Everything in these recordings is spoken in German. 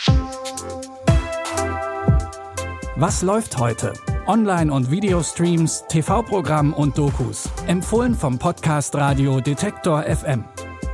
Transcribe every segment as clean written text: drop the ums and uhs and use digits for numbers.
Was läuft heute? Online- und Videostreams, TV-Programm und Dokus. Empfohlen vom Podcast Radio Detektor FM.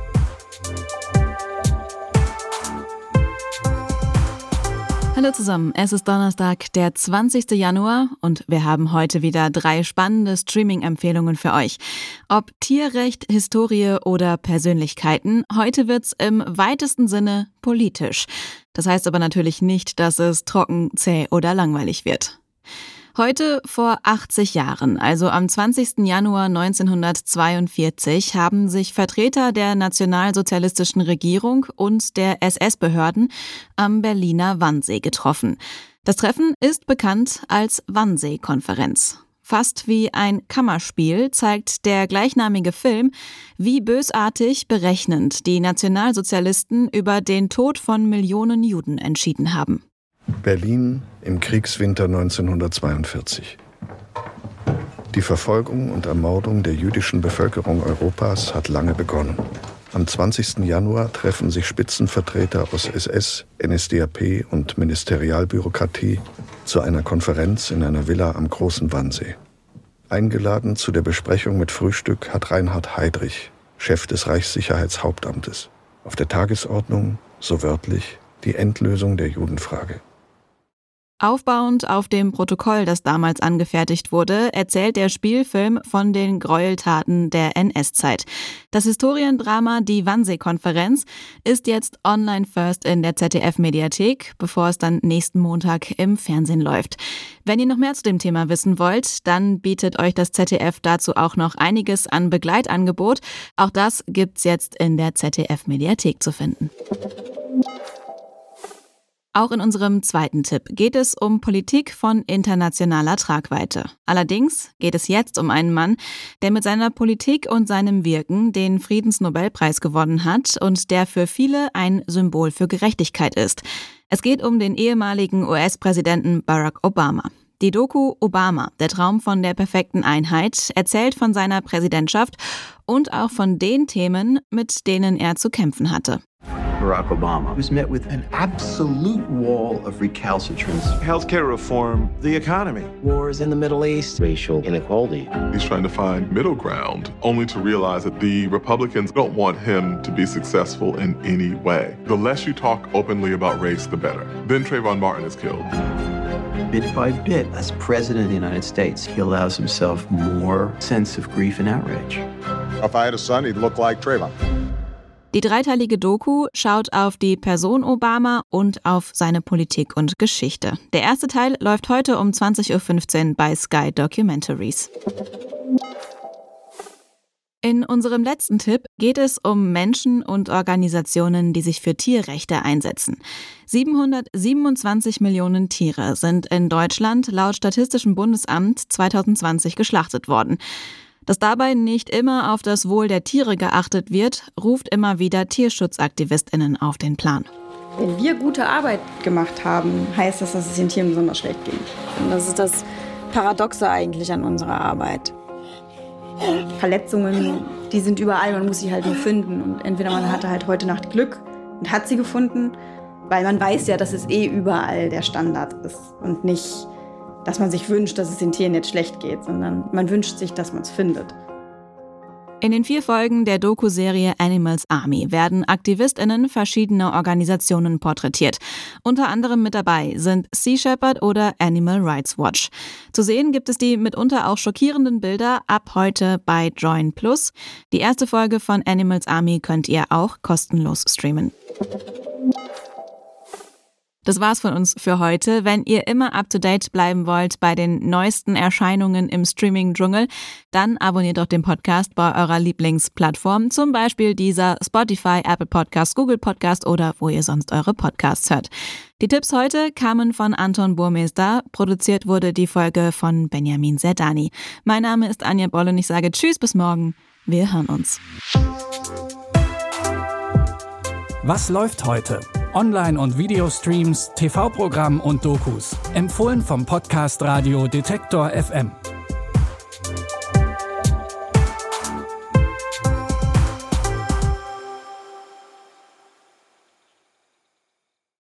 Hallo zusammen, es ist Donnerstag, der 20. Januar und wir haben heute wieder 3 spannende Streaming-Empfehlungen für euch. Ob Tierrecht, Historie oder Persönlichkeiten, heute wird's im weitesten Sinne politisch. Das heißt aber natürlich nicht, dass es trocken, zäh oder langweilig wird. Heute vor 80 Jahren, also am 20. Januar 1942, haben sich Vertreter der nationalsozialistischen Regierung und der SS-Behörden am Berliner Wannsee getroffen. Das Treffen ist bekannt als Wannsee-Konferenz. Fast wie ein Kammerspiel zeigt der gleichnamige Film, wie bösartig berechnend die Nationalsozialisten über den Tod von Millionen Juden entschieden haben. Berlin im Kriegswinter 1942. Die Verfolgung und Ermordung der jüdischen Bevölkerung Europas hat lange begonnen. Am 20. Januar treffen sich Spitzenvertreter aus SS, NSDAP und Ministerialbürokratie zu einer Konferenz in einer Villa am Großen Wannsee. Eingeladen zu der Besprechung mit Frühstück hat Reinhard Heydrich, Chef des Reichssicherheitshauptamtes. Auf der Tagesordnung, so wörtlich, die Endlösung der Judenfrage. Aufbauend auf dem Protokoll, das damals angefertigt wurde, erzählt der Spielfilm von den Gräueltaten der NS-Zeit. Das Historiendrama Die Wannsee-Konferenz ist jetzt online first in der ZDF-Mediathek, bevor es dann nächsten Montag im Fernsehen läuft. Wenn ihr noch mehr zu dem Thema wissen wollt, dann bietet euch das ZDF dazu auch noch einiges an Begleitangebot. Auch das gibt's jetzt in der ZDF-Mediathek zu finden. Auch in unserem zweiten Tipp geht es um Politik von internationaler Tragweite. Allerdings geht es jetzt um einen Mann, der mit seiner Politik und seinem Wirken den Friedensnobelpreis gewonnen hat und der für viele ein Symbol für Gerechtigkeit ist. Es geht um den ehemaligen US-Präsidenten Barack Obama. Die Doku Obama, der Traum von der perfekten Einheit, erzählt von seiner Präsidentschaft und auch von den Themen, mit denen er zu kämpfen hatte. Barack Obama was met with an absolute wall of recalcitrance. Healthcare reform, the economy. Wars in the Middle East, racial inequality. He's trying to find middle ground, only to realize that the Republicans don't want him to be successful in any way. The less you talk openly about race, the better. Then Trayvon Martin is killed. Bit by bit, as President of the United States, he allows himself more sense of grief and outrage. If I had a son, he'd look like Trayvon. Die dreiteilige Doku schaut auf die Person Obama und auf seine Politik und Geschichte. Der erste Teil läuft heute um 20.15 Uhr bei Sky Documentaries. In unserem letzten Tipp geht es um Menschen und Organisationen, die sich für Tierrechte einsetzen. 727 Millionen Tiere sind in Deutschland laut Statistischem Bundesamt 2020 geschlachtet worden. Dass dabei nicht immer auf das Wohl der Tiere geachtet wird, ruft immer wieder TierschutzaktivistInnen auf den Plan. Wenn wir gute Arbeit gemacht haben, heißt das, dass es den Tieren besonders schlecht ging. Und das ist das Paradoxe eigentlich an unserer Arbeit. Verletzungen, die sind überall, man muss sie halt nur finden. Und entweder man hatte halt heute Nacht Glück und hat sie gefunden, weil man weiß ja, dass es überall der Standard ist und nicht, dass man sich wünscht, dass es den Tieren jetzt schlecht geht, sondern man wünscht sich, dass man es findet. In den 4 Folgen der Doku-Serie Animals Army werden AktivistInnen verschiedener Organisationen porträtiert. Unter anderem mit dabei sind Sea Shepherd oder Animal Rights Watch. Zu sehen gibt es die mitunter auch schockierenden Bilder ab heute bei Join Plus. Die erste Folge von Animals Army könnt ihr auch kostenlos streamen. Das war's von uns für heute. Wenn ihr immer up-to-date bleiben wollt bei den neuesten Erscheinungen im Streaming-Dschungel, dann abonniert doch den Podcast bei eurer Lieblingsplattform, zum Beispiel dieser, Spotify, Apple Podcast, Google Podcast oder wo ihr sonst eure Podcasts hört. Die Tipps heute kamen von Anton Burmester, produziert wurde die Folge von Benjamin Zerdani. Mein Name ist Anja Boll und ich sage Tschüss, bis morgen. Wir hören uns. Was läuft heute? Online- und Videostreams, TV-Programm und Dokus. Empfohlen vom Podcast Radio Detektor FM.